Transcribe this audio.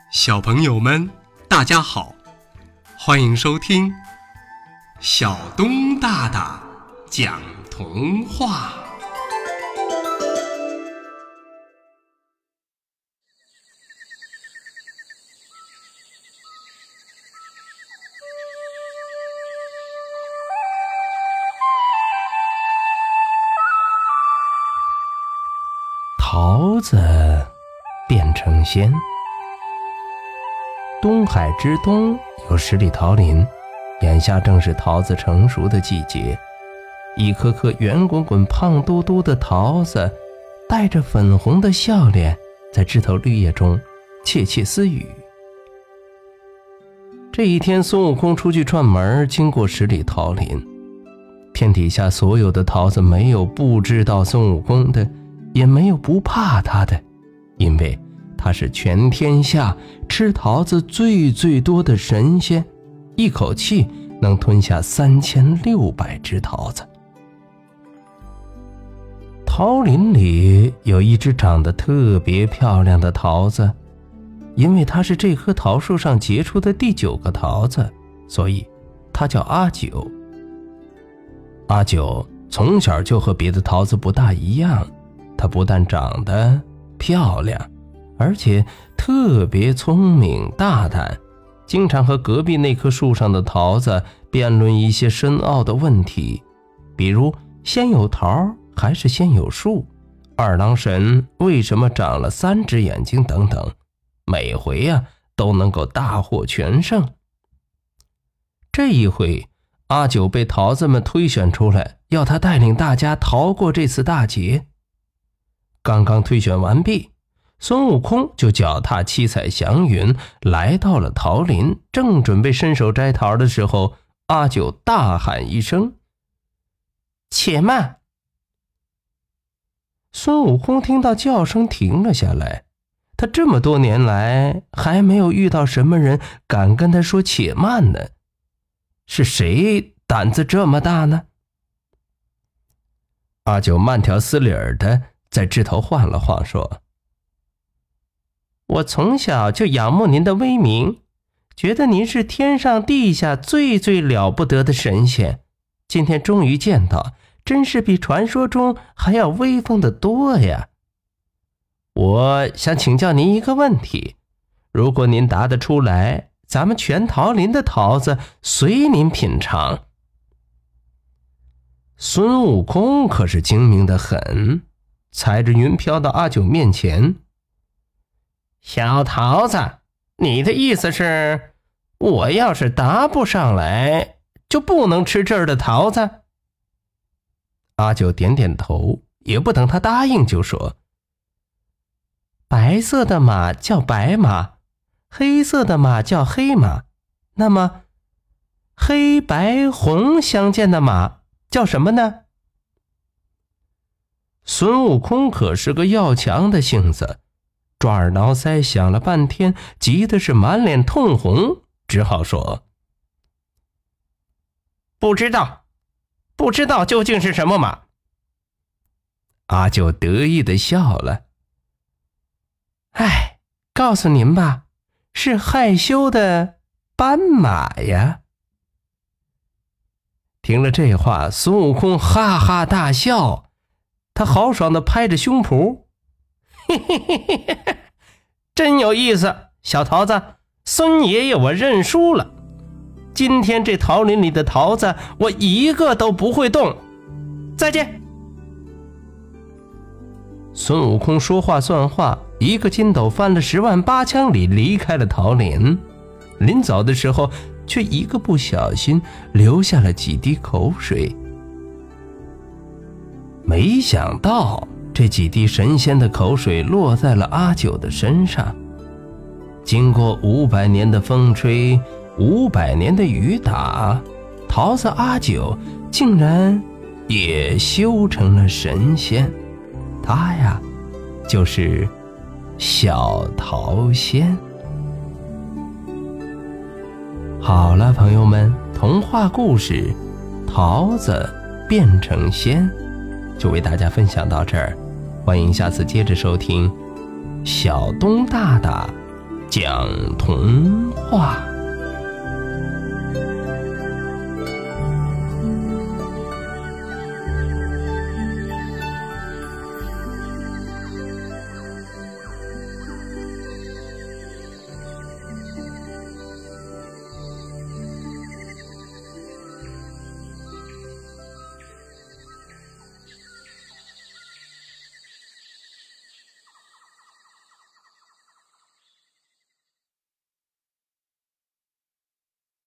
小朋友们，大家好，欢迎收听小东大大讲童话。 桃子变成仙。东海之东有十里桃林，眼下正是桃子成熟的季节。一颗颗圆滚滚胖嘟嘟的桃子带着粉红的笑脸，在枝头绿叶中窃窃私语。这一天，孙悟空出去串门，经过十里桃林，天底下所有的桃子没有不知道孙悟空的，也没有不怕他的，因为他是全天下吃桃子最多的神仙，一口气能吞下3600只桃子。桃林里有一只长得特别漂亮的桃子，因为它是这棵桃树上结出的第9个桃子，所以它叫阿九。阿九从小就和别的桃子不大一样，它不但长得漂亮，而且特别聪明大胆，经常和隔壁那棵树上的桃子辩论一些深奥的问题，比如先有桃还是先有树，二郎神为什么长了3只眼睛等等，每回都能够大获全胜。这一回，阿九被桃子们推选出来，要他带领大家逃过这次大劫。刚刚推选完毕，孙悟空就脚踏七彩祥云来到了桃林，正准备伸手摘桃的时候，阿九大喊一声：“且慢！”孙悟空听到叫声停了下来，他这么多年来还没有遇到什么人敢跟他说且慢呢，是谁胆子这么大呢？阿九慢条斯理的在枝头晃了晃，说：“我从小就仰慕您的威名，觉得您是天上地下最了不得的神仙，今天终于见到，真是比传说中还要威风得多呀。我想请教您一个问题，如果您答得出来，咱们全桃林的桃子随您品尝。”孙悟空可是精明得很，踩着云飘到阿九面前：“小桃子，你的意思是，我要是答不上来，就不能吃这儿的桃子？”阿九点点头，也不等他答应就说：“白色的马叫白马，黑色的马叫黑马，那么黑白红相间的马叫什么呢？”孙悟空可是个要强的性子，抓耳挠腮想了半天，急的是满脸通红，只好说：“不知道，不知道究竟是什么马。”阿九得意地笑了：“哎，告诉您吧，是害羞的斑马呀。”听了这话，孙悟空哈哈大笑，他豪爽地拍着胸脯：“嘿嘿嘿嘿，真有意思，小桃子，孙爷爷我认输了。今天这桃林里的桃子，我一个都不会动。再见。”孙悟空说话算话，一个筋斗翻了10万8千里，离开了桃林。临走的时候，却一个不小心流下了几滴口水。没想到这几滴神仙的口水落在了阿九的身上，经过500年的风吹，500年的雨打，桃子阿九竟然也修成了神仙。他呀，就是小桃仙。好了，朋友们，童话故事《桃子变成仙》就为大家分享到这儿，欢迎下次接着收听小东大大讲童话。